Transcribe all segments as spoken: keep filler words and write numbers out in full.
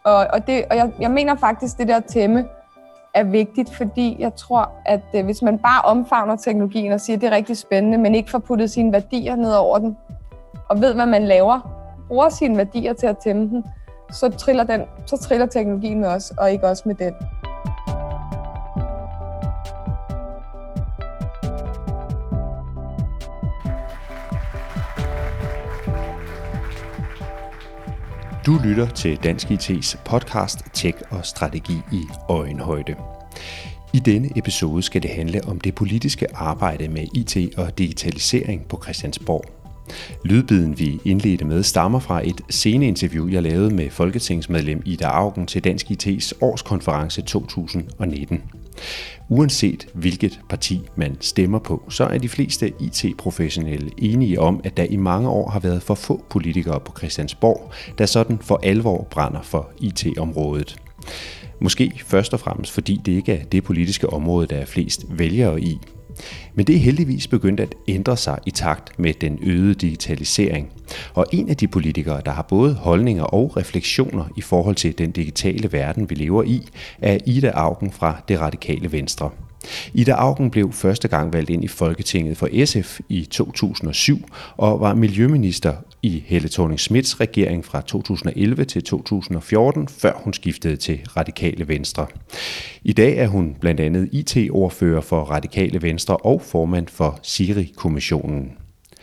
Og, og, det, og jeg, jeg mener faktisk, det der tæmme er vigtigt, fordi jeg tror, at øh, hvis man bare omfavner teknologien og siger, at det er rigtig spændende, men ikke får puttet sine værdier ned over den, og ved, hvad man laver, bruger sine værdier til at tæmme den, så triller, den, så triller teknologien med os, og ikke også med den. Du lytter til Dansk I T's podcast Tech og Strategi i øjenhøjde. I denne episode skal det handle om det politiske arbejde med I T og digitalisering på Christiansborg. Lydbiden, vi indledte med, stammer fra et sceneinterview, jeg lavede med folketingsmedlem Ida Auken til Dansk I T's årskonference to tusind og nitten. Uanset hvilket parti man stemmer på, så er de fleste I T-professionelle enige om, at der i mange år har været for få politikere på Christiansborg, der sådan for alvor brænder for I T-området. Måske først og fremmest, fordi det ikke er det politiske område, der er flest vælgere i. Men det er heldigvis begyndt at ændre sig i takt med den øgede digitalisering. Og en af de politikere, der har både holdninger og refleksioner i forhold til den digitale verden, vi lever i, er Ida Auken fra Det Radikale Venstre. Ida Auken blev første gang valgt ind i Folketinget for S F i to tusind og syv og var miljøminister i Helle Thorning-Schmidts regering fra to tusind og elleve til to tusind og fjorten, før hun skiftede til Radikale Venstre. I dag er hun blandt andet I T-ordfører for Radikale Venstre og formand for SIRI-kommissionen.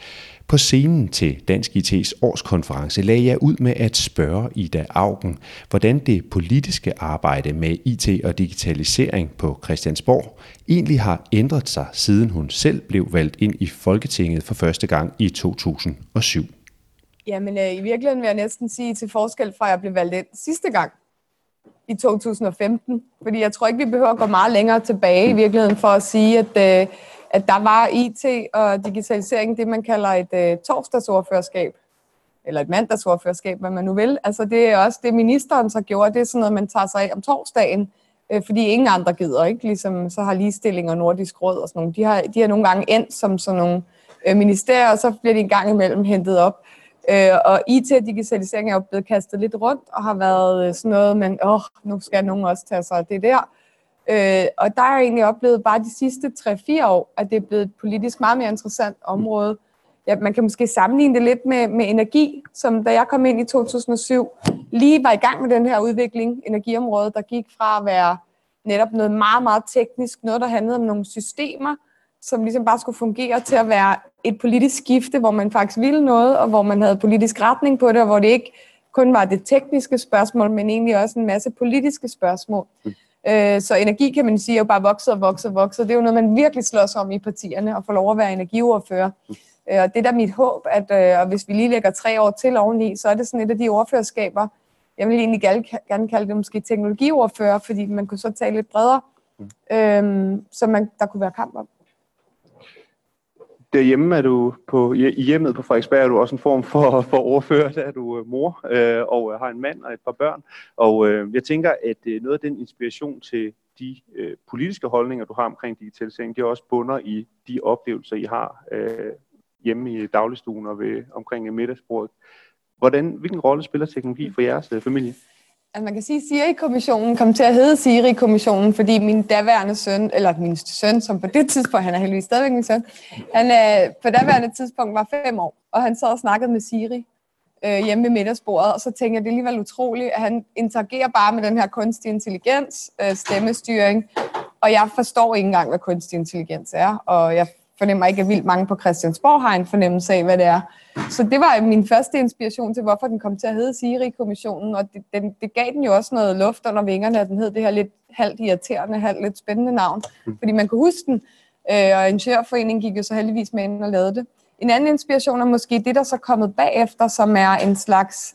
På scenen til Dansk I T's årskonference lagde jeg ud med at spørge Ida Auken, hvordan det politiske arbejde med I T og digitalisering på Christiansborg egentlig har ændret sig, siden hun selv blev valgt ind i Folketinget for første gang i to tusind og syv. Jamen øh, i virkeligheden vil jeg næsten sige til forskel fra, at jeg blev valgt ind sidste gang i to tusind og femten. Fordi jeg tror ikke, vi behøver at gå meget længere tilbage i virkeligheden for at sige, at... Øh, at der var I T og digitalisering, det man kalder et øh, torsdagsordførerskab, eller et mandagsordførerskab, hvad man nu vil. Altså det er også det, ministeren så gjorde, det er sådan noget, man tager sig af om torsdagen, øh, fordi ingen andre gider, ikke? Ligesom så har Ligestilling og Nordisk Råd og sådan nogle, de har, de har nogle gange endt som sådan nogle øh, ministerier, og så bliver de en gang imellem hentet op. Øh, og I T og digitalisering er jo blevet kastet lidt rundt, og har været sådan noget, men åh, nu skal nogen også tage sig af det der. Øh, og der har jeg egentlig oplevet bare de sidste tre fire år, at det er blevet et politisk meget mere interessant område. Ja, man kan måske sammenligne det lidt med, med energi, som da jeg kom ind i to tusind og syv, lige var i gang med den her udvikling, energiområdet, der gik fra at være netop noget meget, meget teknisk, noget der handlede om nogle systemer, som ligesom bare skulle fungere til at være et politisk skifte, hvor man faktisk ville noget, og hvor man havde politisk retning på det, og hvor det ikke kun var det tekniske spørgsmål, men egentlig også en masse politiske spørgsmål. Så energi, kan man sige, er jo bare vokset og vokset og vokset. Det er jo noget, man virkelig slås om i partierne, at få lov at være energiordfører. Og det er da mit håb, at og hvis vi lige lægger tre år til oveni, så er det sådan et af de ordførerskaber, jeg vil egentlig gerne kalde det måske teknologiordfører, fordi man kunne så tale lidt bredere, øhm, så man, der kunne være kamp om. Derhjemme er du på, i hjemmet på Frederiksberg er du også en form for, for ordfører. Der er du mor øh, og har en mand og et par børn. Og øh, jeg tænker, at øh, noget af den inspiration til de øh, politiske holdninger, du har omkring digitalisering, det også bunder i de oplevelser, I har øh, hjemme i dagligstuen og ved, omkring middagsbordet. Hvordan, hvilken rolle spiller teknologi for jeres øh, familie? Altså man kan sige, at SIRI-kommissionen kom til at hedde SIRI-kommissionen, fordi min daværende søn, eller min søn, som på det tidspunkt, han er heldigvis stadigvæk min søn, han øh, på daværende tidspunkt var fem år, og han sad og snakkede med SIRI øh, hjemme ved middagsbordet, og så tænkte jeg, det er alligevel utroligt, at han interagerer bare med den her kunstig intelligens, øh, stemmestyring, og jeg forstår ikke engang, hvad kunstig intelligens er, og jeg fornemmer ikke, at vildt mange på Christiansborg har en fornemmelse af, hvad det er. Så det var min første inspiration til, hvorfor den kom til at hedde SIRI-kommissionen, og det, den, det gav den jo også noget luft under vingerne, at den hed det her lidt halvt irriterende, halvt lidt spændende navn, fordi man kunne huske den, og Ingeniørforeningen gik jo så heldigvis med ind og lavede det. En anden inspiration er måske det, der så er kommet bagefter, som er en slags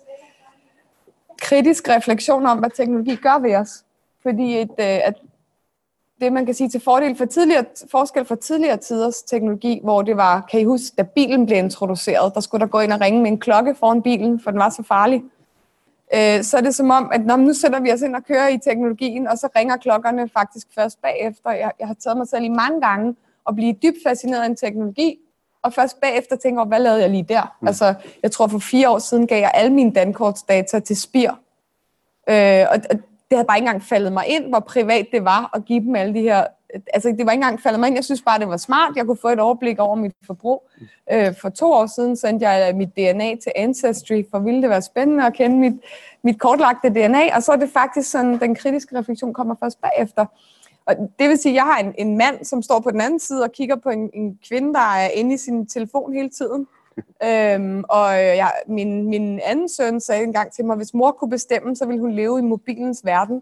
kritisk refleksion om, hvad teknologi gør ved os. Fordi et, at det, man kan sige til fordel for tidligere, forskel for tidligere tiders teknologi, hvor det var, kan I huske, da bilen blev introduceret, der skulle der gå ind og ringe med en klokke foran bilen, for den var så farlig. Øh, så er det som om, at når, nu sætter vi os ind og kører i teknologien, og så ringer klokkerne faktisk først bagefter. Jeg, jeg har taget mig selv i mange gange og blive dybt fascineret af en teknologi, og først bagefter tænker jeg, hvad lavede jeg lige der? Mm. Altså, jeg tror for fire år siden gav jeg alle mine dankortsdata til Spir. Øh, og, og det havde bare ikke engang faldet mig ind, hvor privat det var at give dem alle de her... Altså, det var ikke engang faldet mig ind. Jeg synes bare, det var smart. Jeg kunne få et overblik over mit forbrug. Øh, for to år siden sendte jeg mit D N A til Ancestry, for ville det være spændende at kende mit, mit kortlagte D N A. Og så er det faktisk sådan, den kritiske refleksion kommer først bagefter. Og det vil sige, at jeg har en, en mand, som står på den anden side og kigger på en, en kvinde, der er inde i sin telefon hele tiden. øhm, og jeg, min, min anden søn sagde engang til mig, at hvis mor kunne bestemme, så ville hun leve i mobilens verden.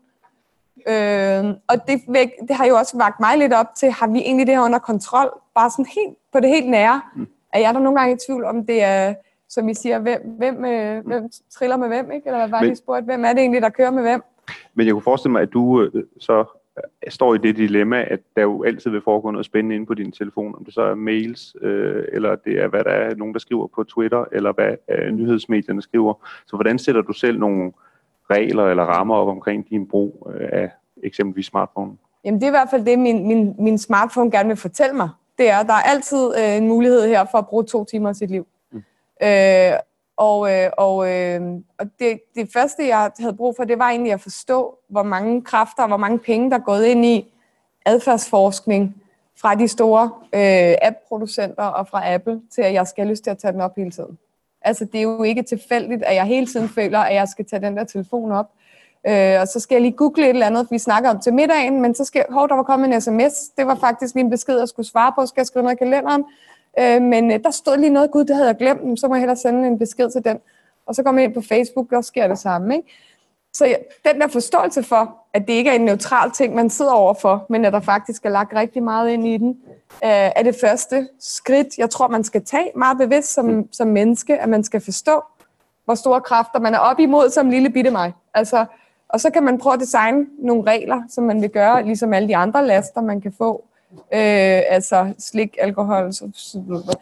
Øhm, og det, det har jo også vagt mig lidt op til, har vi egentlig det her under kontrol? Bare sådan helt på det helt nære. Er jeg der nogle gange i tvivl om, det er, som I siger, hvem, hvem, øh, hvem triller med hvem, ikke? Eller hvad var det, I spurgte? Hvem er det egentlig, der kører med hvem? Men jeg kunne forestille mig, at du øh, så står i det dilemma, at der jo altid vil foregå noget spændende inde på din telefon, om det så er mails, øh, eller det er, hvad der er nogen, der skriver på Twitter, eller hvad øh, nyhedsmedierne skriver. Så hvordan sætter du selv nogle regler eller rammer op omkring din brug øh, af eksempelvis smartphone? Jamen det er i hvert fald det, min, min, min smartphone gerne vil fortælle mig. Det er, der er altid øh, en mulighed her for at bruge to timer af sit liv. Mm. Øh, og øh, og, øh, og det, det første, jeg havde brug for, det var egentlig at forstå, hvor mange kræfter, hvor mange penge, der er gået ind i adfærdsforskning fra de store øh, app-producenter og fra Apple, til at jeg skal have lyst til at tage den op hele tiden. Altså, det er jo ikke tilfældigt, at jeg hele tiden føler, at jeg skal tage den der telefon op. Øh, og så skal jeg lige google et eller andet, vi snakker om til middagen, men så skal hov, der var kommet en sms. Det var faktisk lige en besked, jeg skulle svare på. Skal jeg skrive noget i kalenderen? Øh, men øh, der stod lige noget, gud, det havde jeg glemt. Så må jeg hellere sende en besked til den. Og så kommer jeg ind på Facebook, og sker det samme, ikke? Så ja, den der forståelse for, at det ikke er en neutral ting, man sidder overfor, men at der faktisk er lagt rigtig meget ind i den, øh, er det første skridt, jeg tror, man skal tage meget bevidst som, som menneske, at man skal forstå, hvor store kræfter man er op imod som lille bitte mig. Altså, og så kan man prøve at designe nogle regler, som man vil gøre, ligesom alle de andre laster, man kan få. Øh, altså slik, alkohol, så, så,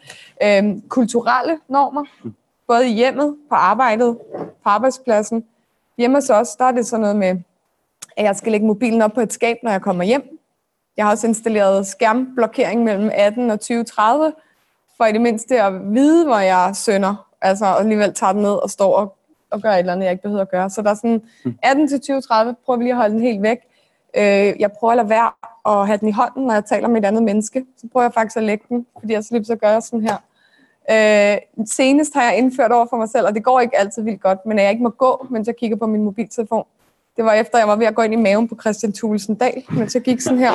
øh, kulturelle normer, både i hjemmet, på arbejdet, på arbejdspladsen. Hjemme hos os, der er det sådan noget med, at jeg skal lægge mobilen op på et skab, når jeg kommer hjem. Jeg har også installeret skærmblokering mellem atten og tyve tredive, for i det mindste at vide, hvor jeg synder. Altså alligevel tager den ned og står og, og gør et eller andet, jeg ikke behøver at gøre. Så der er sådan atten til tyve tredive, prøver vi lige at holde den helt væk. Jeg prøver at lade være at have den i hånden, når jeg taler med et andet menneske. Så prøver jeg faktisk at lægge den, fordi jeg slipper så gør jeg sådan her. Øh, senest har jeg indført over for mig selv, og det går ikke altid vildt godt, men at jeg ikke må gå, mens jeg kigger på min mobiltelefon. Det var efter, jeg var ved at gå ind i maven på Christian Thulesen Dahl, mens jeg gik sådan her.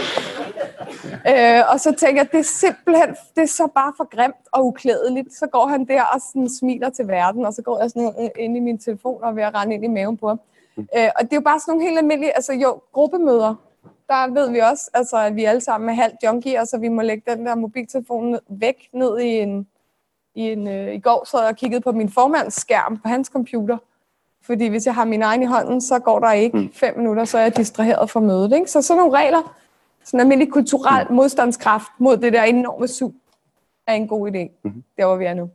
Øh, og så tænker jeg, det er simpelthen, det er så bare for grimt og uklædeligt. Så går han der og sådan smiler til verden, og så går jeg sådan ind i min telefon og er ved at rende ind i maven på ham. Øh, og det er jo bare sådan nogle helt almindelige, altså jo, gruppemøder. Der ved vi også, altså, at vi alle sammen er halvt junkier, så vi må lægge den der mobiltelefon væk ned i en... I, en, øh, I går sad jeg og kiggede på min formands skærm på hans computer. Fordi hvis jeg har min egen i hånden, så går der ikke mm. fem minutter, så er jeg distraheret fra mødet. Ikke? Så sådan nogle regler, sådan en almindelig kulturel mm. modstandskraft mod det der enorme sug, er en god idé. Mm. Der hvor vi er nu.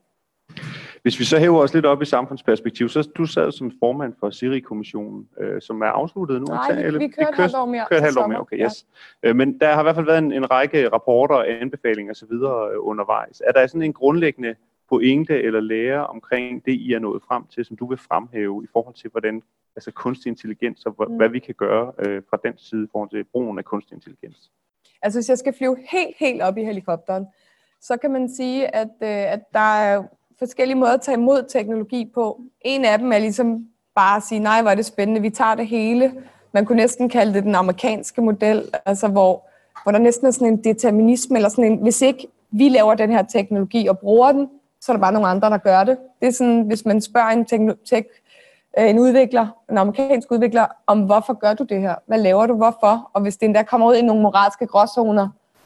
Hvis vi så hæver os lidt op i samfundsperspektiv, så du sad som formand for SIRI-kommissionen, øh, som er afsluttet nu. Nej, vi, eller, vi kører et halvt år mere. Kører et halvt år mere, okay, yes. Ja. Men der har i hvert fald været en, en række rapporter og anbefalinger osv. undervejs. Er der sådan en grundlæggende pointe eller lære omkring det, I er nået frem til, som du vil fremhæve i forhold til, hvordan altså kunstig intelligens og mm. hvad vi kan gøre øh, fra den side i forhold til brugen af kunstig intelligens? Altså hvis jeg skal flyve helt, helt op i helikopteren, så kan man sige, at, øh, at der er forskellige måder at tage imod teknologi på. En af dem er ligesom bare at sige, nej, hvor er det spændende, vi tager det hele. Man kunne næsten kalde det den amerikanske model, altså hvor, hvor der næsten er sådan en determinisme, eller sådan en, hvis ikke vi laver den her teknologi og bruger den, så er der bare nogle andre, der gør det. Det er sådan, hvis man spørger en, tekno- tek- en udvikler, en amerikansk udvikler, om hvorfor gør du det her? Hvad laver du? Hvorfor? Og hvis det endda kommer ud i nogle moralske gråzoner,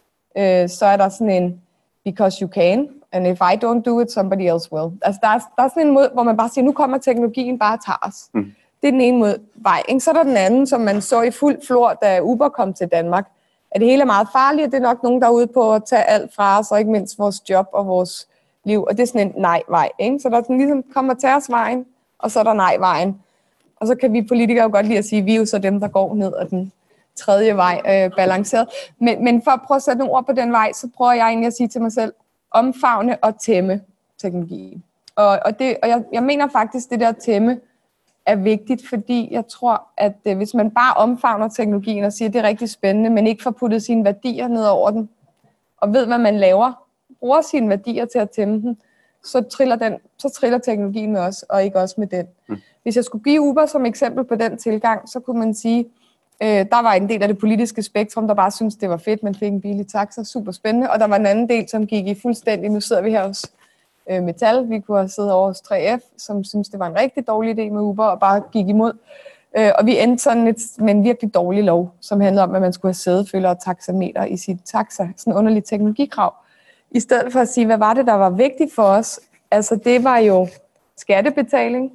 øh, så er der sådan en, because you can, and if I don't do it, somebody else will. Altså der er, der er sådan en måde, hvor man bare siger, nu kommer teknologien bare og tager os. Mm. Det er den ene måde, vej. Ikke? Så er der den anden, som man så i fuld flor, da Uber kom til Danmark. At det hele er meget farligt, det er nok nogen, der er ude på at tage alt fra os, og ikke mindst vores job og vores liv. Og det er sådan en nej-vej. Ikke? Så der er sådan ligesom, kommer til os vejen, og så er der nej-vejen. Og så kan vi politikere jo godt lide at sige, at vi er jo så dem, der går ned ad den tredje vej øh, balanceret. Men, men for at prøve at sætte nogle ord på den vej, så prøver jeg egentlig at sige til mig selv, omfavne og tæmme teknologien. Og, og, det, og jeg, jeg mener faktisk, det der tæmme, er vigtigt, fordi jeg tror, at øh, hvis man bare omfavner teknologien og siger, at det er rigtig spændende, men ikke får puttet sine værdier ned over den, og ved, hvad man laver, bruger sine værdier til at tæmme den, så triller, den, så triller teknologien med os, og ikke også med den. Mm. Hvis jeg skulle give Uber som eksempel på den tilgang, så kunne man sige, øh, der var en del af det politiske spektrum, der bare syntes, det var fedt, man fik en billig taxa, super spændende, og der var en anden del, som gik i fuldstændig, nu sidder vi her hos øh, Metal, vi kunne have siddet over hos tre F, som syntes, det var en rigtig dårlig idé med Uber, og bare gik imod. Øh, og vi endte sådan lidt med en virkelig dårlig lov, som handlede om, at man skulle have sædefølger og taxameter i sit taxa, sådan en underlig teknologikrav. I stedet for at sige, hvad var det, der var vigtigt for os? Altså, det var jo skattebetaling.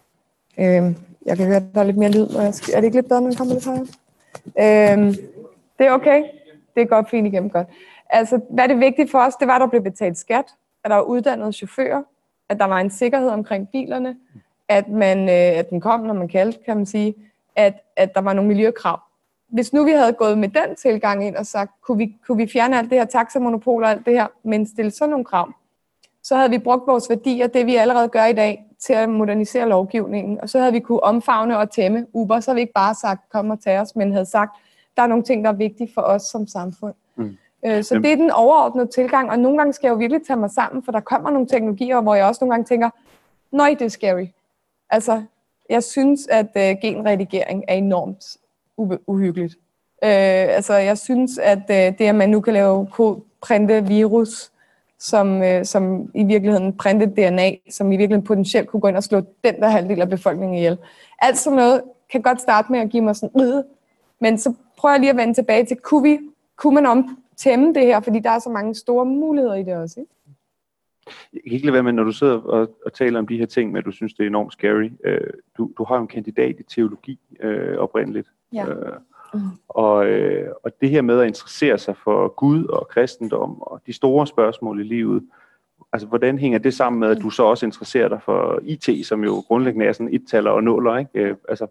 Øhm, jeg kan høre, der er lidt mere lyd. Er det ikke lidt bedre, når den kommer lidt højere? Øhm, det er okay. Det er godt, fint igennem godt. Altså, hvad er det vigtigt for os? Det var, at der blev betalt skat, at der var uddannede chauffører, at der var en sikkerhed omkring bilerne, at, man, øh, at den kom, når man kaldte, kan man sige, at, at der var nogle miljøkrav. Hvis nu vi havde gået med den tilgang ind og sagt, kunne vi, kunne vi fjerne alt det her taxamonopol og alt det her, men stille sådan nogle krav, så havde vi brugt vores værdier, det vi allerede gør i dag, til at modernisere lovgivningen, og så havde vi kunne omfavne og tæmme Uber, så havde vi ikke bare sagt, kom og tag os, men havde sagt, der er nogle ting, der er vigtige for os som samfund. Mm. Øh, så det er den overordnede tilgang, og nogle gange skal jeg jo virkelig tage mig sammen, for der kommer nogle teknologier, hvor jeg også nogle gange tænker, nej, det er scary. Altså, jeg synes, at øh, genredigering er enormt uhyggeligt. Øh, altså, jeg synes, at øh, det, at man nu kan lave printe virus, som, øh, som i virkeligheden printe D N A, som i virkeligheden potentielt kunne gå ind og slå den der halvdel af befolkningen ihjel. Alt sådan noget kan godt starte med at give mig sådan, øh, men så prøver jeg lige at vende tilbage til, kunne, vi, kunne man omtæmme det her, fordi der er så mange store muligheder i det også, ikke? Jeg kan ikke lade være med, når du sidder og, og taler om de her ting, men at du synes, det er enormt scary. Øh, du, du har jo en kandidat i teologi øh, oprindeligt. Ja. Øh, mm. og, øh, og det her med at interessere sig for Gud og kristendom og de store spørgsmål i livet, altså hvordan hænger det sammen med, at du så også interesserer dig for I T, som jo grundlæggende er sådan et-taller og nåler, ikke? Øh, altså.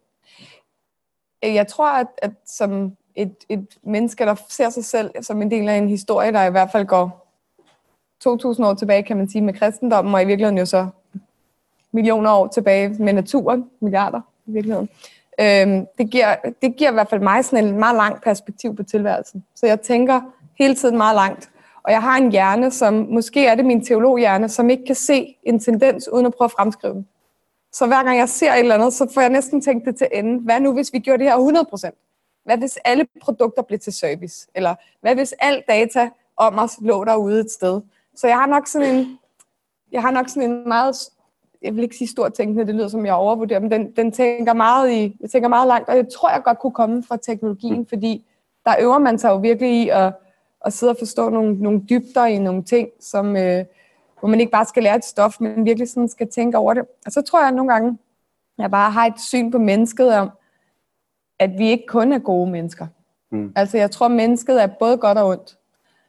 Jeg tror, at, at som et, et menneske, der ser sig selv som en del af en historie, der i hvert fald går to tusind år tilbage, kan man sige, med kristendommen, og i virkeligheden jo så millioner år tilbage med naturen, milliarder i virkeligheden. Øhm, det, giver, det giver i hvert fald mig sådan et meget langt perspektiv på tilværelsen. Så jeg tænker hele tiden meget langt. Og jeg har en hjerne, som måske er det min teologhjerne, som ikke kan se en tendens uden at prøve at fremskrive den. Så hver gang jeg ser et eller andet, så får jeg næsten tænkt det til ende. Hvad nu, hvis vi gjorde det her hundrede procent? Hvad hvis alle produkter blev til service? Eller hvad hvis al data om os lå derude et sted? Så jeg har nok sådan en, jeg har nok sådan en meget, jeg vil ikke sige stor tænkende, det lyder som jeg overvurderer, men den, den tænker meget i, jeg tænker meget langt, og jeg tror, jeg godt kunne komme fra teknologien, fordi der øver man sig jo virkelig i at, at sidde og forstå nogle, nogle dybder i nogle ting, som, øh, hvor man ikke bare skal lære et stof, men virkelig sådan skal tænke over det. Og så tror jeg nogle gange, jeg bare har et syn på mennesket om, at vi ikke kun er gode mennesker. Mm. Altså jeg tror, mennesket er både godt og ondt.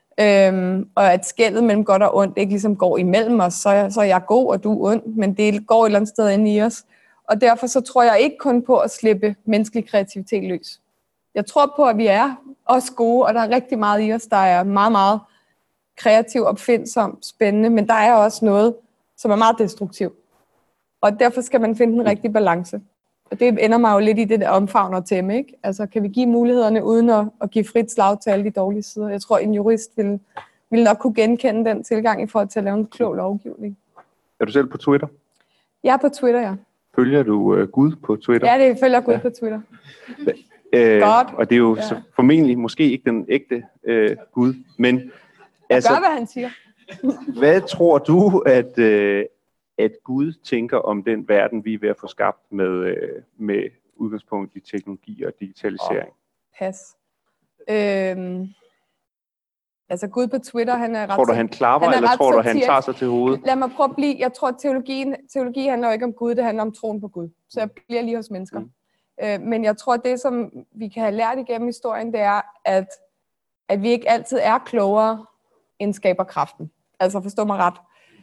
Øhm, og at skellet mellem godt og ondt ikke ligesom går imellem os, så, så er jeg god, og du er ond, men det går et eller andet sted inde i os. Og derfor så tror jeg ikke kun på at slippe menneskelig kreativitet løs. Jeg tror på, at vi er også gode, og der er rigtig meget i os, der er meget, meget kreativ, opfindsom, spændende, men der er også noget, som er meget destruktivt. Og derfor skal man finde den rigtige balance. Og det ender mig jo lidt i det der omfavn og tæmme, ikke? Altså, kan vi give mulighederne uden at, at give frit slag til alle de dårlige sider? Jeg tror, en jurist ville, ville nok kunne genkende den tilgang i forhold til at lave en klog lovgivning. Er du selv på Twitter? Jeg er på Twitter, ja. Følger du uh, Gud på Twitter? Ja, det følger Gud ja. på Twitter. Øh, Godt. Og det er jo ja. så formentlig måske ikke den ægte øh, Gud, men jeg altså, gør, hvad han siger. Hvad tror du, at, øh, at Gud tænker om den verden, vi er ved at få skabt med, øh, med udgangspunkt i teknologi og digitalisering? Oh, pas. Øhm, altså Gud på Twitter, han er ret... Tror du, han klapper, han eller tror du, han tager sig til hovedet? Lad mig prøve at blive... Jeg tror, at teologien, teologi handler jo ikke om Gud, det handler om troen på Gud. Så jeg bliver lige hos mennesker. Mm. Øh, men jeg tror, at det, som vi kan have lært igennem historien, det er, at, at vi ikke altid er klogere end skaberkraften. Altså forstå mig ret.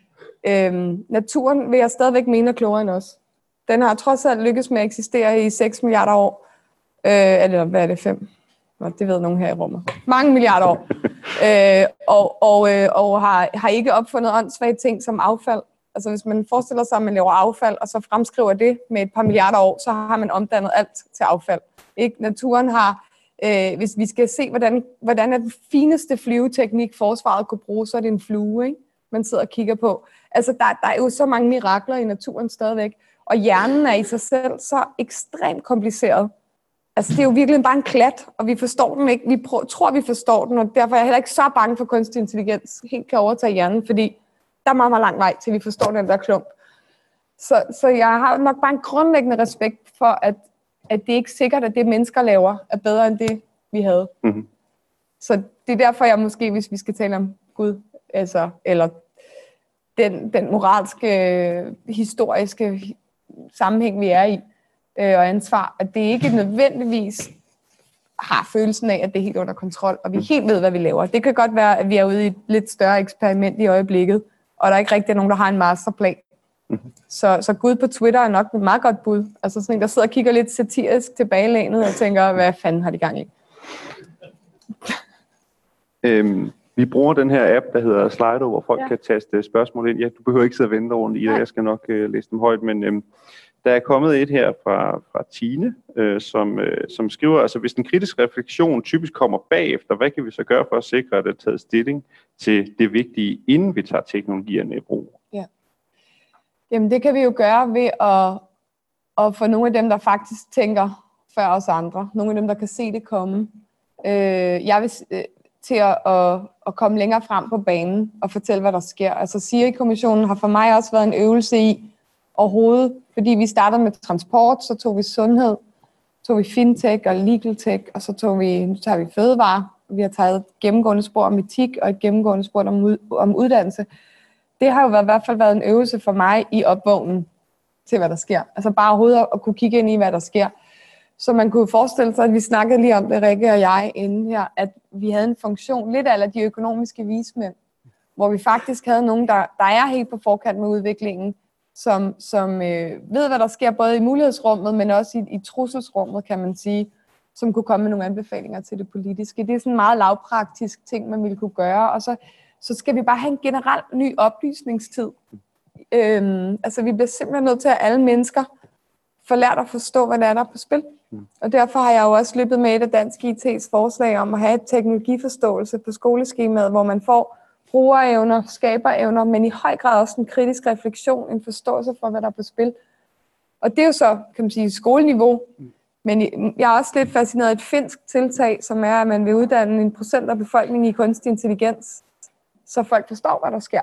Øhm, naturen vil jeg stadigvæk mene er klogere end os. Den har trods alt lykkes med at eksistere i seks milliarder år. Øh, eller hvad er det, fem? Nå, det ved nogen her i rummet. Mange milliarder år. øh, og og, øh, og har, har ikke opfundet åndssvage ting som affald. Altså hvis man forestiller sig, at man laver affald, og så fremskriver det med et par milliarder år, så har man omdannet alt til affald. Ikke? Naturen har, øh, hvis vi skal se, hvordan, hvordan er den fineste flyveteknik, forsvaret kunne bruge, så er det en flue, ikke? Man sidder og kigger på. Altså der, der er jo så mange mirakler i naturen stadigvæk, og hjernen er i sig selv så ekstremt kompliceret. Altså, det er jo virkelig bare en klat, og vi forstår den ikke. Vi prøver, tror, vi forstår den, og derfor er jeg heller ikke så bange for kunstig intelligens. Helt kan overtage hjernen, fordi der er meget, meget lang vej til, vi forstår den der klump. Så, så jeg har nok bare en grundlæggende respekt for, at, at det er ikke sikkert, at det, mennesker laver, er bedre end det, vi havde. Mm-hmm. Så det er derfor, jeg måske, hvis vi skal tale om Gud, altså, eller den, den moralske, historiske sammenhæng, vi er i, og ansvar, at det ikke nødvendigvis har følelsen af, at det er helt under kontrol, og vi helt ved, hvad vi laver. Det kan godt være, at vi er ude i et lidt større eksperiment i øjeblikket, og der er ikke rigtig nogen, der har en masterplan. Mm-hmm. Så, så Gud på Twitter er nok et meget godt bud. Altså sådan en, der sidder og kigger lidt satirisk tilbagelænet og tænker, hvad fanden har de gang i? Øhm, vi bruger den her app, der hedder Slido, hvor folk ja. kan taste spørgsmål ind. Ja, du behøver ikke sidde og vente rundt i det, jeg skal nok øh, læse dem højt, men øhm, der er kommet et her fra, fra Tine, øh, som, øh, som skriver, altså hvis en kritisk refleksion typisk kommer bagefter, hvad kan vi så gøre for at sikre, at der er taget stilling til det vigtige, inden vi tager teknologierne i brug? Ja. Jamen det kan vi jo gøre ved at, at få nogle af dem, der faktisk tænker før os andre, nogle af dem, der kan se det komme. Øh, jeg vil øh, til at, at, at komme længere frem på banen og fortælle, hvad der sker. Altså Siri-kommissionen har for mig også været en øvelse i overhovedet, fordi vi startede med transport, så tog vi sundhed, tog vi fintech og legal tech, og så tog vi, nu tager vi fødevarer. Vi har taget et gennemgående spor om etik og et gennemgående spor om, ud, om uddannelse. Det har jo været, i hvert fald været en øvelse for mig i opvågnen til, hvad der sker. Altså bare overhovedet at kunne kigge ind i, hvad der sker. Så man kunne forestille sig, at vi snakkede lige om det, Rikke og jeg, inden her, at vi havde en funktion, lidt af de økonomiske vismænd, hvor vi faktisk havde nogen, der, der er helt på forkant med udviklingen, som, som øh, ved, hvad der sker, både i mulighedsrummet, men også i, i trusselsrummet, kan man sige, som kunne komme med nogle anbefalinger til det politiske. Det er sådan en meget lavpraktisk ting, man ville kunne gøre, og så, så skal vi bare have en generel ny oplysningstid. Øhm, altså, vi bliver simpelthen nødt til, at alle mennesker får lært at forstå, hvad der er der på spil. Og derfor har jeg jo også løbet med et af Dansk I T's forslag om at have et teknologiforståelse på skoleskemaet, hvor man får brugerevner, skaberevner, men i høj grad også en kritisk refleksion, en forståelse for, hvad der er på spil. Og det er jo så, kan man sige, skoleniveau. Men jeg er også lidt fascineret af et finsk tiltag, som er, at man vil uddanne en procent af befolkningen i kunstig intelligens, så folk forstår, hvad der sker.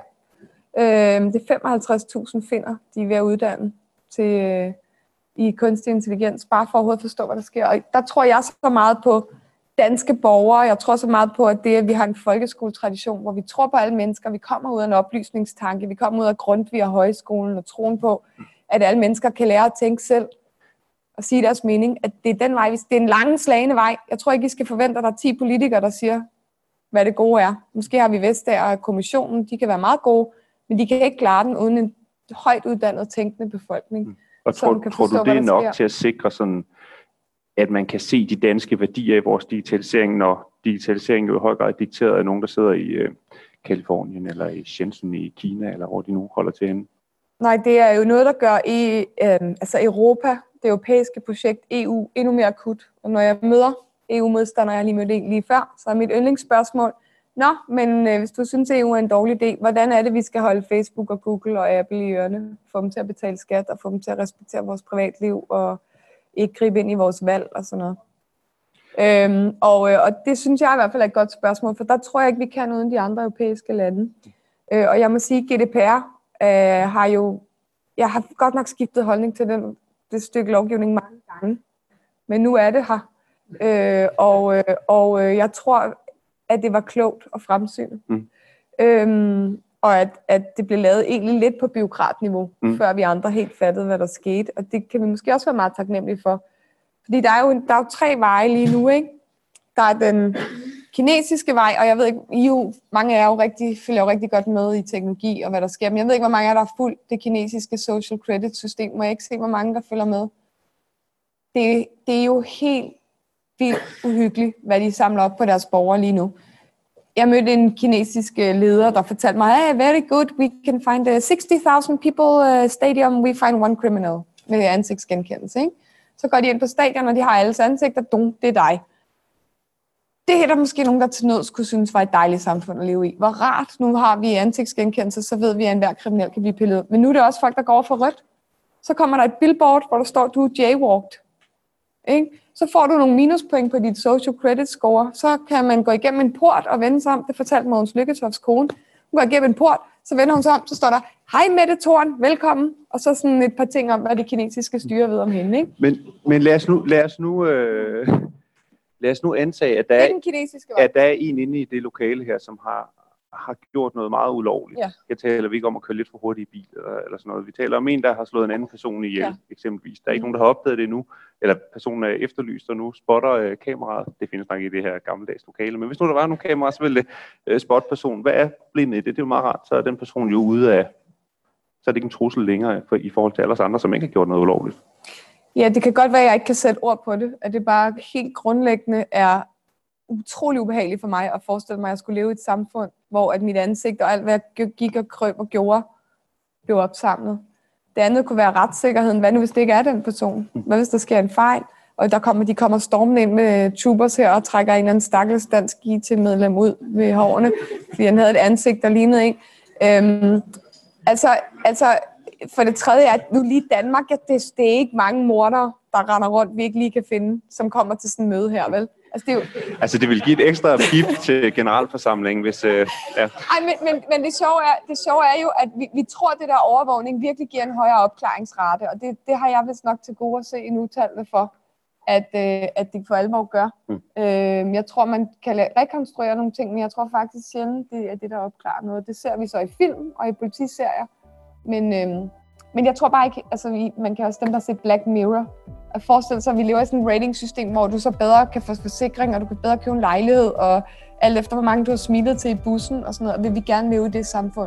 Det er femoghalvtreds tusind finner, de er ved at uddanne til, i kunstig intelligens, bare for at forstå, hvad der sker. Og der tror jeg så meget på danske borgere. Jeg tror så meget på, at det, at vi har en folkeskoletradition, hvor vi tror på alle mennesker. Vi kommer ud af en oplysningstanke. Vi kommer ud af Grundtvig og højskolen og troen på, at alle mennesker kan lære at tænke selv og sige deres mening. At det er den vej. Det er en lang, slagende vej. Jeg tror ikke, I skal forvente, at der er ti politikere, der siger, hvad det gode er. Måske har vi Vestager og kommissionen. De kan være meget gode, men de kan ikke klare den uden en højt uddannet, tænkende befolkning. Og tror, tror forstå, du, det er nok sker. Til at sikre sådan, at man kan se de danske værdier i vores digitalisering, når digitaliseringen jo i høj grad er dikteret af nogen, der sidder i øh, Kalifornien eller i Shenzhen i Kina, eller hvor de nu holder til henne? Nej, det er jo noget, der gør i, øh, altså Europa, det europæiske projekt E U, endnu mere akut. Og når jeg møder E U-modstandere, jeg lige mødte lige før, så er mit yndlingsspørgsmål, nå, men øh, hvis du synes, at E U er en dårlig idé, hvordan er det, vi skal holde Facebook og Google og Apple i ørene? Få dem til at betale skat og få dem til at respektere vores privatliv og ikke gribe ind i vores valg og sådan noget. Øhm, og, øh, og det synes jeg i hvert fald er et godt spørgsmål, for der tror jeg ikke, vi kan uden de andre europæiske lande. Øh, og jeg må sige, at G D P R øh, har jo, jeg har godt nok skiftet holdning til den, det stykke lovgivning mange gange, men nu er det her. Øh, og øh, og øh, jeg tror, at det var klogt og fremsynet. Mm. Øhm, og at, at det blev lavet egentlig lidt på bureaukratniveau, mm. før vi andre helt fattede, hvad der skete. Og det kan vi måske også være meget taknemmelige for. Fordi der er jo, der er jo tre veje lige nu, ikke? Der er den kinesiske vej, og jeg ved ikke, I jo, mange af jer jo rigtig, følger jo rigtig godt med i teknologi og hvad der sker, men jeg ved ikke, hvor mange af jer, der har fulgt det kinesiske social credit system. Må jeg ikke se, hvor mange der følger med? Det, det er jo helt vildt uhyggeligt, hvad de samler op på deres borgere lige nu. jeg mødte en kinesisk leder, der fortalte mig, hey, very good, we can find a sixty thousand people uh, stadium, we find one criminal med ansigtsgenkendelse. Ikke? Så går de ind på stadion, og de har alles ansigter, dum, det er dig. Det er der måske nogen, der til nøds kunne synes var et dejligt samfund at leve i. Hvor rart, nu har vi ansigtsgenkendelse, så ved vi, at enhver kriminel kan blive pillet ud. Men nu er det også folk, der går for rødt. Så kommer der et billboard, hvor der står, du er jaywalked. Ikke? Så får du nogle minuspoint på dit social credit score. Så kan man gå igennem en port og vende sig om. Det fortalte Mogens Lykketofts kone. Hun går igennem en port, så vender hun sig om, så står der, hej Mette Thorn, velkommen. Og så sådan et par ting om, hvad det kinesiske styre ved om hende. Ikke? Men, men lad os nu, lad os nu, øh, lad os nu antage, at der, det er, er, den kinesiske at der er en inde i det lokale her, som har, har gjort noget meget ulovligt. Ja. Jeg taler vi ikke om at køre lidt for hurtigt i bil eller, eller sådan noget. Vi taler om en, der har slået en anden person ihjel, ja. eksempelvis. Der er ikke mm. nogen, der har opdaget det endnu, eller personen er efterlyst og nu spotter øh, kameraet. Det findes nok i det her gammeldags lokale. Men hvis nu der var nogle kameraer, så ville det øh, spotte personen. Hvad er problemet i det? Det er jo meget rart. Så er den person jo ude af, så er det ikke en trussel længere for, i forhold til alle os andre, som ikke har gjort noget ulovligt. Ja, det kan godt være, at jeg ikke kan sætte ord på det. At det bare helt grundlæggende er utrolig ubehageligt for mig at forestille mig, at jeg skulle leve i et samfund, hvor at mit ansigt og alt, hvad jeg gik og krøb og gjorde, blev opsamlet. Det andet kunne være retssikkerheden. Hvad nu, hvis det ikke er den person? Hvad hvis der sker en fejl? Og der kommer, de kommer stormende ind med troopers her og trækker en eller anden stakkels dansk I T-medlem ud ved hårene, fordi han havde et ansigt, der lignede en. Øhm, altså, altså, for det tredje er, at nu lige Danmark, at det, det er ikke mange mordere, der render rundt, vi ikke lige kan finde, som kommer til sådan en møde her, vel? Altså det, jo... altså, det vil give et ekstra pip til generalforsamlingen, hvis... Øh, ja. Ej, men, men, men det, sjove er, det sjove er jo, at vi, vi tror, at det der overvågning virkelig giver en højere opklaringsrate, og det, det har jeg vist nok til gode at se en udtalelse for, at, øh, at det for alvor gør. Mm. Øh, jeg tror, man kan rekonstruere nogle ting, men jeg tror faktisk sjældent, det er det, der opklarer noget. Det ser vi så i film og i politiserier, men, øh, men jeg tror bare ikke, altså man kan også dem, der ser Black Mirror, at forestille sig, at vi lever i sådan et ratingsystem, hvor du så bedre kan få forsikring, og du kan bedre købe en lejlighed, og alt efter, hvor mange du har smilet til i bussen og sådan noget, og vil vi gerne leve i det samfund.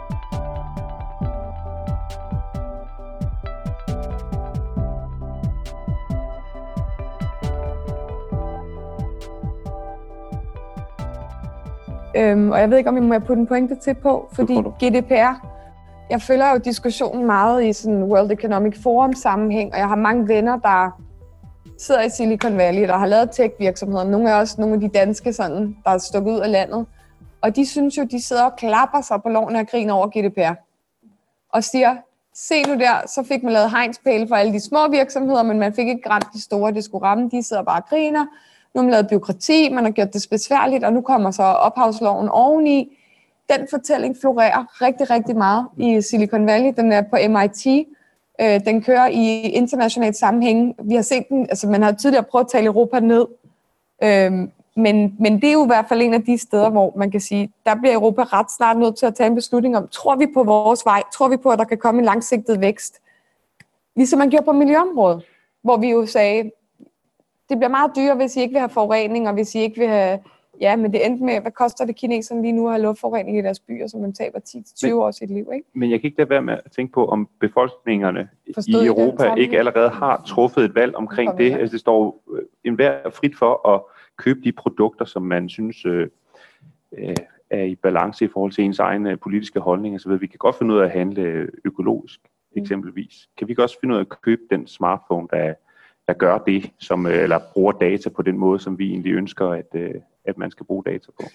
Øhm, og jeg ved ikke, om jeg må putte en pointe til på, fordi G D P R, jeg følger jo diskussionen meget i sådan World Economic Forum sammenhæng, og jeg har mange venner, der sidder i Silicon Valley, der har lavet tech-virksomheder. Nogle af os, nogle af de danske, sådan, der er stukket ud af landet. Og de synes jo, de sidder og klapper sig på loven af grin over G D P R. Og siger, se nu der, så fik man lavet hegnspæle for alle de små virksomheder, men man fik ikke ramt de store, det skulle ramme. De sidder bare og griner. Nu har man lavet byråkrati, man har gjort det besværligt, og nu kommer så ophavsloven oveni. Den fortælling florerer rigtig, rigtig meget i Silicon Valley. Den er på M I T. Den kører i internationalt sammenhæng. Vi har set den, altså man har tidligere prøvet at tale Europa ned. Men, men det er jo i hvert fald en af de steder, hvor man kan sige, der bliver Europa ret snart nødt til at tage en beslutning om, tror vi på vores vej? Tror vi på, at der kan komme en langsigtet vækst? Ligesom man gjorde på miljøområdet, hvor vi jo sagde, det bliver meget dyrere, hvis I ikke vil have forurening, og hvis I ikke vil have... Ja, men det endte med, hvad koster det kineserne lige nu at have luftforurening i deres byer, som man taber ti til tyve år sit liv, ikke? Men jeg kan ikke lade være med at tænke på, om befolkningerne Forstod i Europa ikke allerede har truffet et valg omkring det. Altså, det står enhver frit for at købe de produkter, som man synes øh, er i balance i forhold til ens egne politiske holdninger. Så vi kan godt finde ud af at handle økologisk, eksempelvis. Kan vi også finde ud af at købe den smartphone, der der gør det, som, eller bruger data på den måde, som vi egentlig ønsker, at, at man skal bruge data på?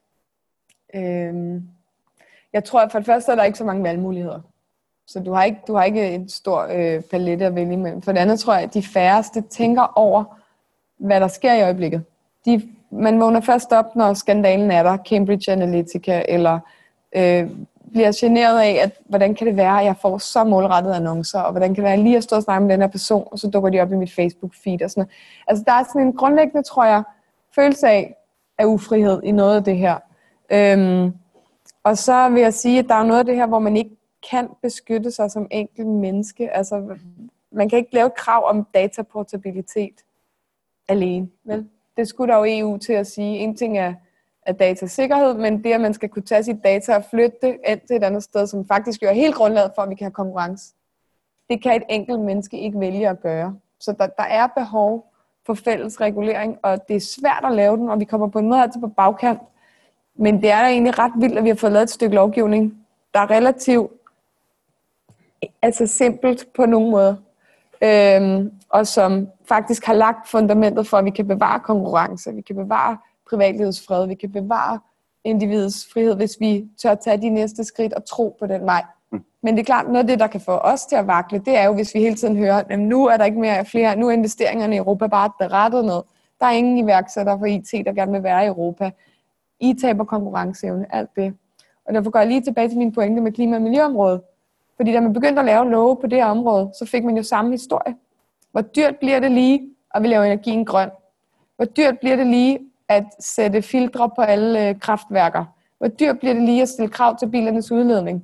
Øhm, jeg tror, at for det første er der ikke så mange valgmuligheder. Så du har ikke, du har ikke en stor øh, palette at vælge imellem. For det andet tror jeg, at de færreste tænker over, hvad der sker i øjeblikket. De, man vågner først op, når skandalen er der, Cambridge Analytica, eller øh, bliver generet af, at hvordan kan det være, at jeg får så målrettede annoncer, og hvordan kan det være, at jeg lige har stået og snakket med den her person, og så dukker de op i mit Facebook-feed og sådan noget. Altså, der er sådan en grundlæggende, tror jeg, følelse af, af ufrihed i noget af det her. Øhm, og så vil jeg sige, at der er noget af det her, hvor man ikke kan beskytte sig som enkelt menneske. Altså, man kan ikke lave et krav om dataportabilitet alene, vel? Det skulle der jo E U til at sige. En ting er af datasikkerhed, men det, at man skal kunne tage sit data og flytte det ind til et andet sted, som faktisk gør helt grundlaget for, at vi kan have konkurrence. Det kan et enkelt menneske ikke vælge at gøre. Så der, der er behov for fælles regulering, og det er svært at lave den, og vi kommer på en måde altid på bagkant. Men det er da egentlig ret vildt, at vi har fået lavet et stykke lovgivning, der er relativt altså simpelt på nogen måde, øhm, og som faktisk har lagt fundamentet for, at vi kan bevare konkurrence, vi kan bevare privatlivets fred, vi kan bevare individets frihed, hvis vi tør tage de næste skridt og tro på den vej. Mm. Men det er klart, noget af det, der kan få os til at vakle, det er jo, hvis vi hele tiden hører, at nu er der ikke mere flere, nu er investeringerne i Europa bare rettet ned. Der er ingen iværksættere for I T, der gerne vil være i Europa. I taber konkurrenceevne, alt det. Og derfor går jeg lige tilbage til min pointe med klima- og miljøområdet. Fordi da man begyndte at lave love på det her område, så fik man jo samme historie. Hvor dyrt bliver det lige at vi laver energien grøn? Hvor dyrt bliver det lige at sætte filtre på alle kraftværker? Hvor dyrt bliver det lige at stille krav til bilernes udledning?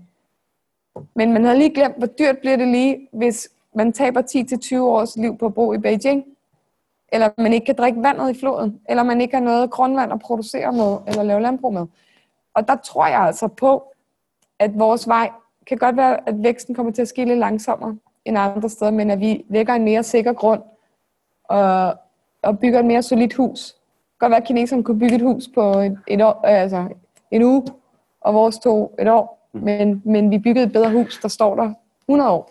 Men man havde lige glemt, hvor dyrt bliver det lige, hvis man taber ti til tyve års liv på at bo i Beijing? Eller man ikke kan drikke vandet i floden? Eller man ikke har noget grundvand at producere med, eller lave landbrug med? Og der tror jeg altså på, at vores vej kan godt være, at væksten kommer til at ske lidt langsommere end andre steder, men at vi lægger en mere sikker grund og, og bygger et mere solidt hus. Det kan godt være, at kineserne kunne bygge et hus på et, et år, altså en uge, og vores tog et år, men, men vi byggede et bedre hus, der står der hundrede år.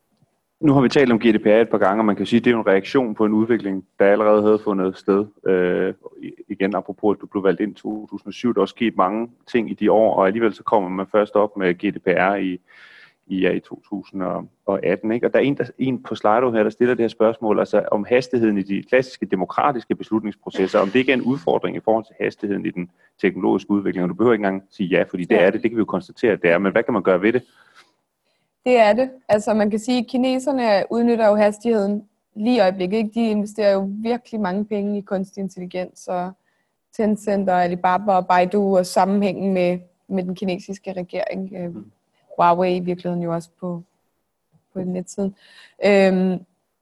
Nu har vi talt om G D P R et par gange, og man kan sige, at det er en reaktion på en udvikling, der allerede havde fundet sted. Øh, igen, apropos, at du blev valgt ind i to tusind og syv, der er også sket mange ting i de år, og alligevel så kommer man først op med G D P R i, i, ja, i to tusind og atten. Ikke? Og der er en, der, en på Slido her, der stiller det her spørgsmål, altså om hastigheden i de klassiske demokratiske beslutningsprocesser, om det ikke er en udfordring i forhold til hastigheden i den teknologiske udvikling. Og du behøver ikke engang sige ja, fordi det ja. er det, det kan vi jo konstatere, at det er, men hvad kan man gøre ved det? Det er det. Altså man kan sige, at kineserne udnytter jo hastigheden lige i øjeblikket. Ikke? De investerer jo virkelig mange penge i kunstig intelligens og Tencent og Alibaba og Baidu og sammenhængen med, med den kinesiske regering. Mm. Huawei i virkeligheden jo også på, på netsiden. Øhm,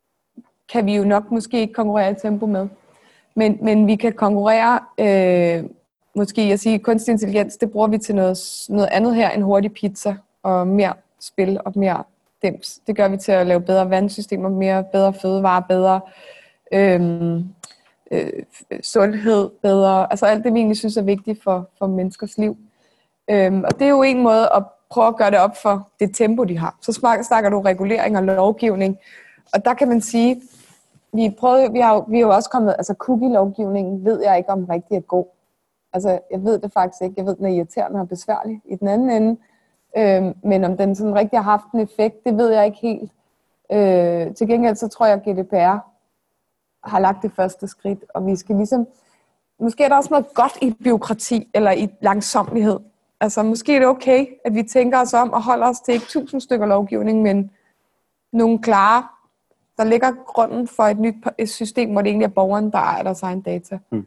kan vi jo nok måske ikke konkurrere i tempo med. Men, men vi kan konkurrere, øh, måske at sige, kunstig intelligens, det bruger vi til noget, noget andet her end hurtig pizza og mere spil og mere dims. Det gør vi til at lave bedre vandsystemer, mere bedre fødevarer, bedre øhm, øh, sundhed, bedre, altså alt det, vi egentlig synes er vigtigt for, for menneskers liv. Øhm, og det er jo en måde at prøve at gøre det op for det tempo, de har. Så snakker du regulering og lovgivning, og der kan man sige, vi, prøvede, vi, har, vi har jo også kommet, altså cookie-lovgivningen ved jeg ikke om rigtig er god. Altså jeg ved det faktisk ikke, jeg ved den er irriterende og besværlig. I den anden ende, Øhm, men om den sådan rigtig har haft en effekt, det ved jeg ikke helt. Øh, til gengæld så tror jeg, at G D P R har lagt det første skridt, og vi skal ligesom, måske er der også noget godt i bureaukrati, eller i langsomlighed. Altså måske er det okay, at vi tænker os om og holder os til ikke tusind stykker lovgivning, men nogle klare, der ligger grunden for et nyt et system, hvor det egentlig er borgeren, der ejer deres egen data. Mm.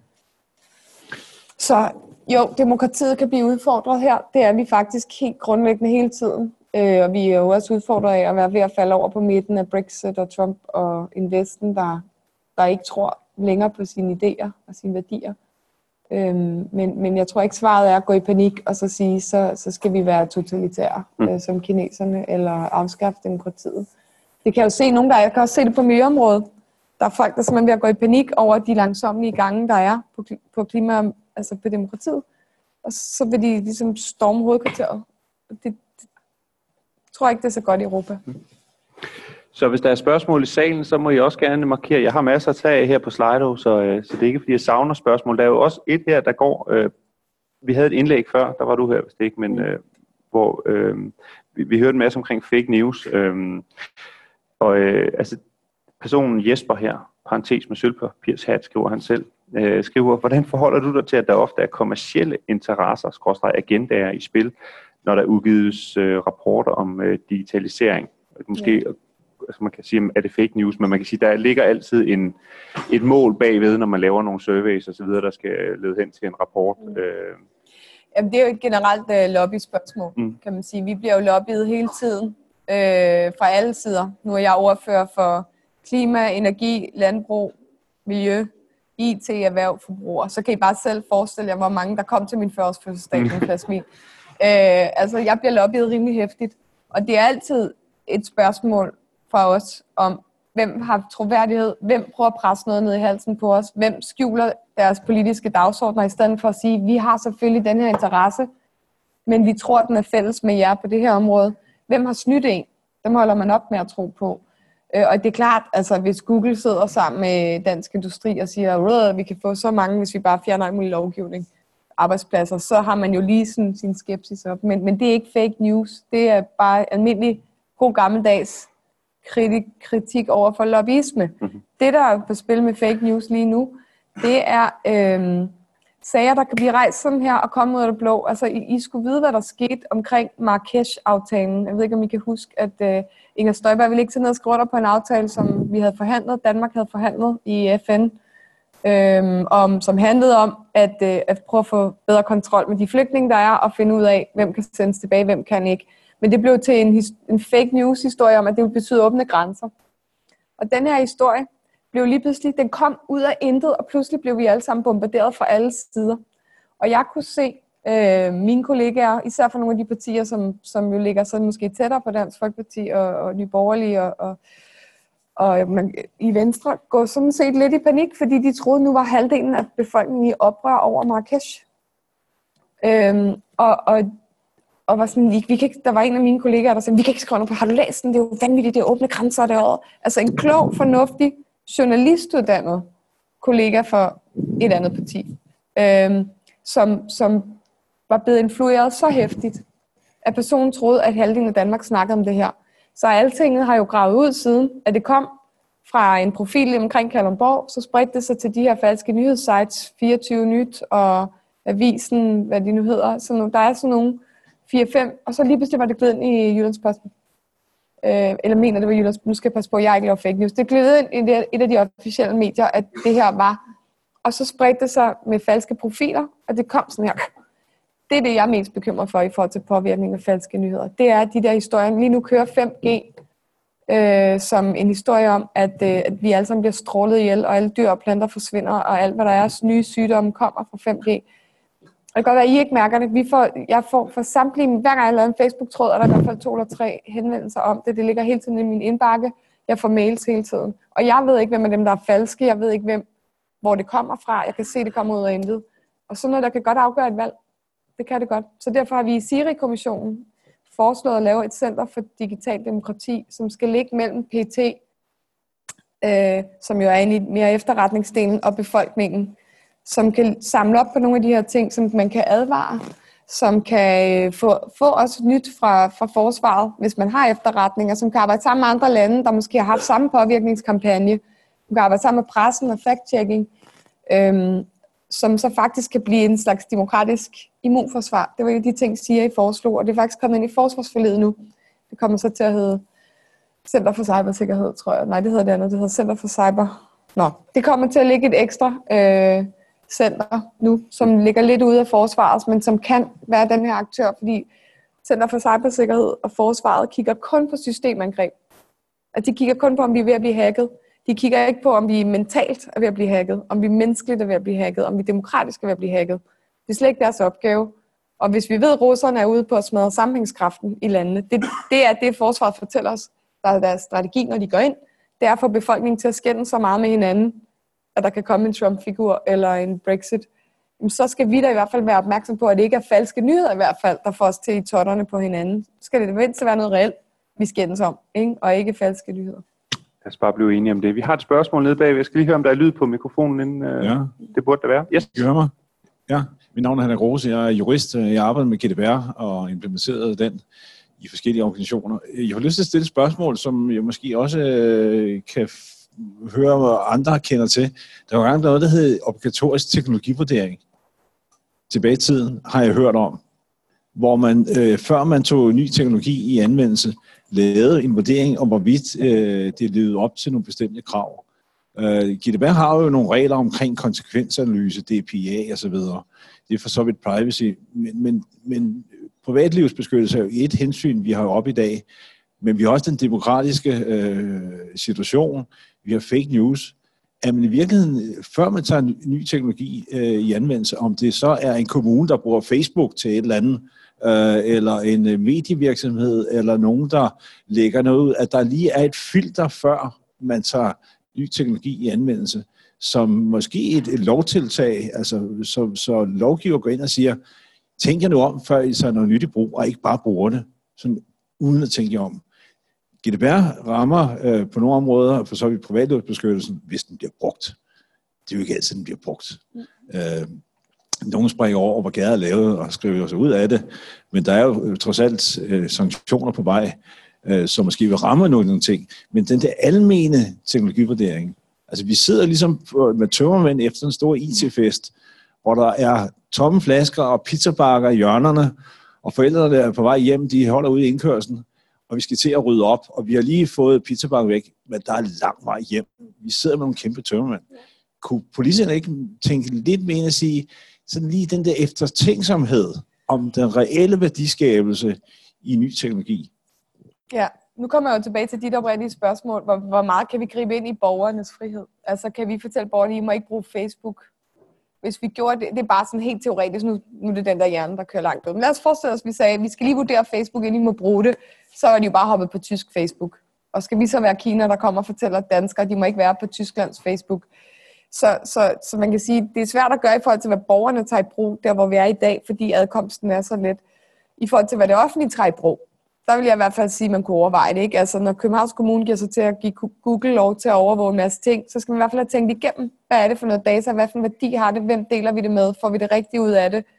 Så jo, demokratiet kan blive udfordret her. Det er vi faktisk helt grundlæggende hele tiden. Øh, og vi er jo også udfordret af at være ved at falde over på midten af Brexit og Trump og en Vesten, der, der ikke tror længere på sine idéer og sine værdier. Øh, men, men jeg tror ikke, svaret er at gå i panik og så sige, så, så skal vi være totalitære, mm. øh, som kineserne, eller afskaffe demokratiet. Det kan jeg jo se nogle gange. Jeg kan også se det på miljøområdet. Der er folk, der simpelthen ved at gå i panik over de langsommelige gange, der er på, på klima, altså på demokratiet. Og så vil de ligesom storme hovedkvarteret. Det, det tror jeg ikke, det er så godt i Europa. Så hvis der er spørgsmål i salen, så må I også gerne markere. Jeg har masser at tage her på Slido, så, så det er ikke, fordi jeg savner spørgsmål. Der er jo også et her, der går... Øh, vi havde et indlæg før, der var du her, hvis det ikke, men øh, hvor øh, vi, vi hørte en masse omkring fake news. Øh, og øh, altså, personen Jesper her, parentes med sølvpapirshat, skriver han selv, øh, skriver, hvordan forholder du dig til, at der ofte er kommercielle interesser, skråstreg agendaer i spil, når der udgives øh, rapporter om øh, digitalisering? Måske, ja. Altså man kan sige, at det er fake news, men man kan sige, at der ligger altid en, et mål bagved, når man laver nogle surveys osv., der skal lede hen til en rapport. Mm. Øh. Jamen, det er jo et generelt uh, lobbyspørgsmål, mm. kan man sige. Vi bliver jo lobbyet hele tiden øh, fra alle sider. Nu er jeg ordfører for klima, energi, landbrug, miljø, I T, erhverv, forbruger. Så kan I bare selv forestille jer, hvor mange der kom til min første fødselsdag med en flaske vin. Øh, altså, jeg bliver lobbyet rimelig hæftigt. Og det er altid et spørgsmål fra os om, hvem har troværdighed, hvem prøver at presse noget ned i halsen på os, hvem skjuler deres politiske dagsordner, i stedet for at sige, vi har selvfølgelig den her interesse, men vi tror, den er fælles med jer på det her område. Hvem har snydt en? Dem holder man op med at tro på. Og det er klart, altså hvis Google sidder sammen med Dansk Industri og siger, at vi kan få så mange, hvis vi bare fjerner alt mulig lovgivning, arbejdspladser, så har man jo lige sådan sin skepsis op. Men, men det er ikke fake news. Det er bare almindelig god gammeldags kritik, kritik over for lobbyisme. Mm-hmm. Det, der er på spil med fake news lige nu, det er øhm, sager, der kan blive rejst sådan her og komme ud af det blå. Altså, I, I skulle vide, hvad der skete omkring Marrakesh-aftalen. Jeg ved ikke, om I kan huske, at øh, Inger Støjberg ville ikke tage ned og skrive under på en aftale, som vi havde forhandlet, Danmark havde forhandlet i F N, øhm, om, som handlede om at, øh, at prøve at få bedre kontrol med de flygtninge, der er, og finde ud af, hvem kan sendes tilbage, hvem kan ikke. Men det blev til en, en fake news-historie om, at det ville betyde åbne grænser. Og den her historie blev lige pludselig, den kom ud af intet, og pludselig blev vi alle sammen bombarderet fra alle sider. Og jeg kunne se øh, mine kollegaer, især fra nogle af de partier, som, som jo ligger sådan måske tættere på Dansk Folkeparti og, og Nye Borgerlige og, og, og man, i Venstre, gå sådan set lidt i panik, fordi de troede, nu var halvdelen af befolkningen i oprør over Marrakesh. Øhm, og, og Og var sådan, vi kan, der var en af mine kollegaer, der sagde, vi kan ikke skrive noget på, har du læst den? Det er jo vanvittigt, det er åbne grænser derovre. Altså en klog, fornuftig, journalistuddannet kollega for et andet parti, øhm, som, som var blevet influeret så hæftigt, at personen troede, at halvdelen af Danmark snakkede om det her. Så altinget har jo gravet ud siden, at det kom fra en profil omkring Kalundborg, så spredte det sig til de her falske nyhedssites, fireogtyve Nyt og Avisen, hvad de nu hedder. Så der er sådan nogle fire fem, og så lige pludselig var det gledet ind i Jyllandsposten. Øh, eller mener det var Jyllandsposten, nu skal jeg passe på, at jeg ikke laver fake news. Det gledet ind i et af de officielle medier, at det her var. Og så spredte det sig med falske profiler, og det kom sådan her. Det er det, jeg er mest bekymret for i forhold til påvirkning af falske nyheder. Det er de der historier. Lige nu kører fem G øh, som en historie om, at, øh, at vi alle sammen bliver strålet ihjel, og alle dyr og planter forsvinder, og alt, hvad der er nye sygdomme, kommer fra fem G. Det kan godt være, at I ikke mærker det. Vi får, jeg får for samtlige, hver gang jeg laver en Facebook-tråd, er der i hvert fald to eller tre henvendelser om det. Det ligger hele tiden i min indbakke. Jeg får mails hele tiden. Og jeg ved ikke, hvem af dem, der er falske. Jeg ved ikke, hvem, hvor det kommer fra. Jeg kan se, det kommer ud af intet. Og sådan noget, der kan godt afgøre et valg. Det kan det godt. Så derfor har vi i SIRI-kommissionen foreslået at lave et center for digital demokrati, som skal ligge mellem P T, øh, som jo er inde i mere efterretningsdelen, og befolkningen, som kan samle op på nogle af de her ting, som man kan advare, som kan få, få også nyt fra, fra forsvaret, hvis man har efterretninger, som kan arbejde sammen med andre lande, der måske har haft samme påvirkningskampagne, som kan arbejde sammen med pressen og fact-checking, øhm, som så faktisk kan blive en slags demokratisk immunforsvar. Det var jo de ting, S I R I foreslog, og det er faktisk kommet ind i forsvarsforliget nu. Det kommer så til at hedde Center for Cybersikkerhed, tror jeg. Nej, det hedder det andet. Det hedder Center for Cyber... Nå, det kommer til at ligge et ekstra øh, center nu, som ligger lidt ude af forsvaret, men som kan være den her aktør, fordi Center for Cybersikkerhed og forsvaret kigger kun på systemangreb. At de kigger kun på, om vi er ved at blive hacket. De kigger ikke på, om vi mentalt er ved at blive hacket, om vi menneskeligt er ved at blive hacket, om vi demokratisk er ved at blive hacket. Det er slet ikke deres opgave. Og hvis vi ved, at russerne er ude på at smadre sammenhængskraften i landene, det, det er det, forsvaret fortæller os, der er deres strategi, når de går ind. Det er for befolkningen til at skænde så meget med hinanden, at der kan komme en Trump-figur eller en Brexit. Så skal vi da i hvert fald være opmærksom på, at det ikke er falske nyheder i hvert fald, der får os til i totterne på hinanden. Så skal det vente til at være noget reelt, vi skændes om, ikke? Og ikke falske nyheder. Lad os bare blive enige om det. Vi har et spørgsmål nede bagved. Jeg skal lige høre, om der er lyd på mikrofonen, inden ja. Det burde der være. Yes. Du hører mig? Ja, mit navn er Henrik Rose. Jeg er jurist. Jeg arbejder med G D P R og implementeret den i forskellige organisationer. Jeg har lyst til at stille et spørgsmål, som jeg måske også øh, kan f- høre, hvad andre kender til. Der var engang noget, der hed obligatorisk teknologivurdering. Tilbage i tiden har jeg hørt om, hvor man, øh, før man tog ny teknologi i anvendelse, lavede en vurdering om, hvorvidt øh, det levede op til nogle bestemte krav. Øh, G D P R har jo nogle regler omkring konsekvensanalyse, D P A osv. Det er for så vidt privacy, men, men, men privatlivsbeskyttelse er jo et hensyn, vi har oppe i dag, men vi har også den demokratiske øh, situation, vi har fake news. Er man i virkeligheden, før man tager en ny teknologi øh, i anvendelse, om det så er en kommune, der bruger Facebook til et eller andet, øh, eller en medievirksomhed, eller nogen, der lægger noget ud, at der lige er et filter, før man tager ny teknologi i anvendelse, som måske et, et lovtiltag, altså så, så lovgiver går ind og siger, tænk jer nu om, før I tager noget nyt i brug, og ikke bare bruger det, sådan, uden at tænke jer om. G D P R rammer øh, på nogle områder, for så vidt privatlivsbeskyttelsen, hvis den bliver brugt. Det er jo ikke altid, den bliver brugt. Mm. Øh, Nogle springer over, hvor gader er lavet, og skriver sig ud af det, men der er jo trods alt øh, sanktioner på vej, øh, som måske vil ramme nogle ting. Men den der almene teknologivurdering, altså vi sidder ligesom med tømmermænd efter en stor I T-fest, hvor der er tomme flasker og pizzabakker i hjørnerne, og forældrene der er på vej hjem, de holder ude i indkørslen, og vi skal til at rydde op, og vi har lige fået pizzabakken væk, men der er lang vej hjem. Vi sidder med nogle kæmpe tømmermænd. Kunne politikerne ikke tænke lidt mere at sige, sådan lige den der eftertænksomhed om den reelle værdiskabelse i ny teknologi? Ja, nu kommer jeg jo tilbage til dit oprindelige spørgsmål. Hvor, hvor meget kan vi gribe ind i borgernes frihed? Altså kan vi fortælle borgerne, at I må ikke bruge Facebook? Hvis vi gjorde det, det er bare sådan helt teoretisk, nu, nu er det den der hjerne, der kører langt ud. Men lad os forestille os, at vi sagde, at vi skal lige vurdere Facebook, inden I må bruge det. Så er de jo bare hoppet på tysk Facebook. Og skal vi så være Kina, der kommer og fortæller danskere, at de må ikke være på Tysklands Facebook? Så, så, så man kan sige, det er svært at gøre i forhold til, hvad borgerne tager i brug, der hvor vi er i dag, fordi adkomsten er så let. I forhold til, hvad det offentlige tager i brug, der vil jeg i hvert fald sige, at man kunne overveje det. Ikke? Altså, når Københavns Kommune giver sig til at give Google lov til at overvåge en masse ting, så skal man i hvert fald have tænkt igennem, hvad er det for noget data, hvad for en værdi har det, hvem deler vi det med, får vi det rigtige ud af det.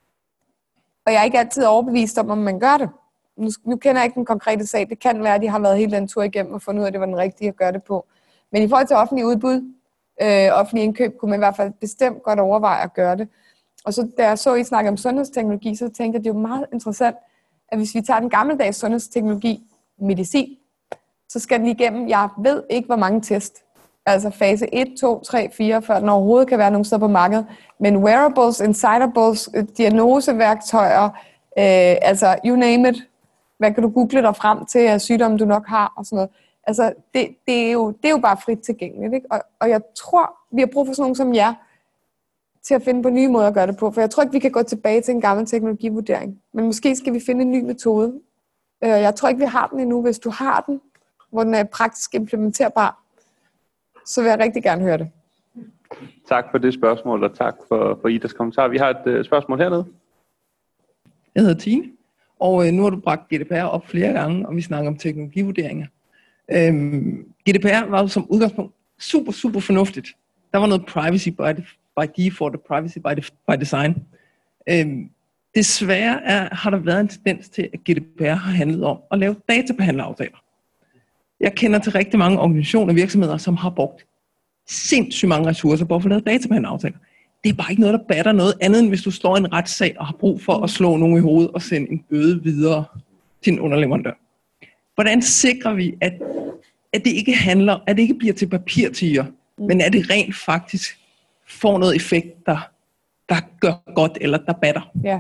Og jeg er ikke altid overbevist om, om man gør det. Nu, nu kender jeg ikke den konkrete sag. Det kan være, at de har været hele den tur igennem og fundet ud af, at det var den rigtige at gøre det på. Men i forhold til offentlige udbud, Øh, offentlige indkøb, kunne man i hvert fald bestemt godt overveje at gøre det. Og så da jeg så, I snakke om sundhedsteknologi, så tænkte jeg, at det er jo meget interessant, at hvis vi tager den gammeldags sundhedsteknologi, medicin, så skal den igennem, jeg ved ikke, hvor mange test. Altså fase et, to, tre, fire, før den overhovedet kan være nogen steder på markedet. Men wearables, insidables, diagnoseværktøjer, øh, altså you name it, hvad kan du google dig frem til af sygdomme, du nok har, og sådan noget. Altså, det, det, er jo, det er jo bare frit tilgængeligt, ikke? Og, og jeg tror, vi har brug for sådan nogen som jer, til at finde på nye måder at gøre det på. For jeg tror ikke, vi kan gå tilbage til en gammel teknologivurdering. Men måske skal vi finde en ny metode. Jeg tror ikke, vi har den endnu. Hvis du har den, hvor den er praktisk implementerbar, så vil jeg rigtig gerne høre det. Tak for det spørgsmål, og tak for, for Idas kommentar. Vi har et uh, spørgsmål hernede. Jeg hedder Tine, og øh, nu har du bragt G D P R op flere gange, og vi snakker om teknologivurderinger. Øhm, G D P R var jo som udgangspunkt super, super fornuftigt. Der var noget privacy by, by default og privacy by, by design. Øhm, desværre er, har der været en tendens til, at G D P R har handlet om at lave databehandleraftaler. Jeg kender til rigtig mange organisationer og virksomheder, som har brugt sindssygt mange ressourcer på at få lavet databehandleraftaler. Det er bare ikke noget, der batter noget andet, end hvis du står i en retssag og har brug for at slå nogen i hovedet og sende en bøde videre til en underleverandør. Hvordan sikrer vi, at, at det ikke handler, at det ikke bliver til papirtiger, mm. men at det rent faktisk får noget effekt, der, der gør godt eller der batter? Ja.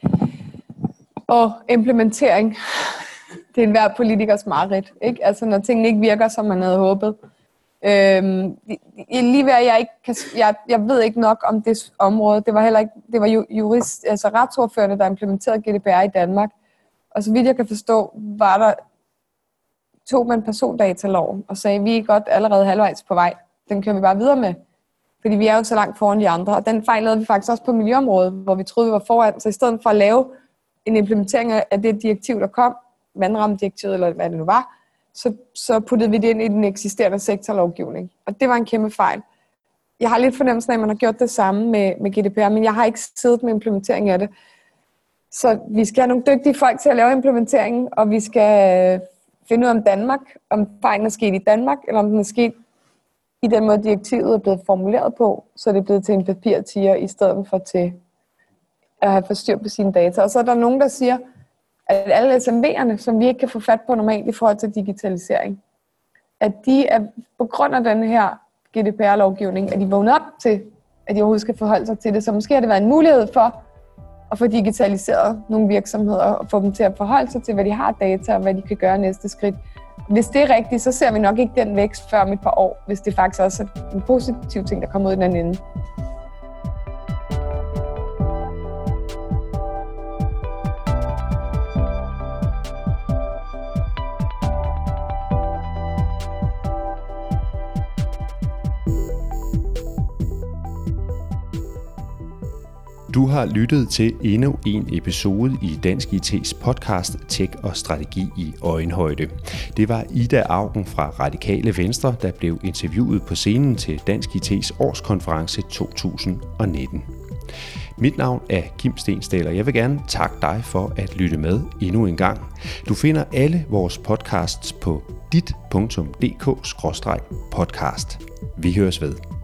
Og implementering, det er enhver politikers mareridt, ikke? Altså når tingene ikke virker, som man havde håbet. Øhm, lige ved jeg ikke kan, jeg, jeg ved ikke nok om det område. Det var heller ikke, det var jurist, altså retsordførerne, der implementerede G D P R i Danmark. Og så vidt jeg kan forstå, var der tog man persondataloven og sagde, vi er godt allerede halvvejs på vej. Den kører vi bare videre med. Fordi vi er jo så langt foran de andre. Og den fejl lavede vi faktisk også på miljøområdet, hvor vi troede, vi var foran. Så i stedet for at lave en implementering af det direktiv, der kom, vandrammedirektivet eller hvad det nu var, så, så puttede vi det ind i den eksisterende sektorlovgivning. Og det var en kæmpe fejl. Jeg har lidt fornemmelsen af, at man har gjort det samme med, med G D P R, men jeg har ikke siddet med implementering af det. Så vi skal have nogle dygtige folk til at lave implementeringen, og vi skal finde ud af om Danmark, om fejlen er sket i Danmark, eller om den er sket i den måde, direktivet er blevet formuleret på, så det er blevet til en papirtiger, i stedet for til at have forstyr på sine data. Og så er der nogen, der siger, at alle S M V'erne, som vi ikke kan få fat på normalt i forhold til digitalisering, at de er på grund af den her G D P R-lovgivning, at de vågner op til, at de overhovedet skal forholde sig til det. Så måske har det været en mulighed for at få digitaliseret nogle virksomheder og få dem til at forholde sig til, hvad de har data og hvad de kan gøre næste skridt. Hvis det er rigtigt, så ser vi nok ikke den vækst før om et par år, hvis det faktisk også er en positiv ting, der kommer ud i den anden ende. Du har lyttet til endnu en episode i Dansk I T's podcast Tech og Strategi i Øjenhøjde. Det var Ida Auken fra Radikale Venstre, der blev interviewet på scenen til Dansk I T's årskonference to tusind nitten. Mit navn er Kim Stensdal, og jeg vil gerne takke dig for at lytte med endnu en gang. Du finder alle vores podcasts på dit punktum d k skråstreg podcast. Vi høres ved.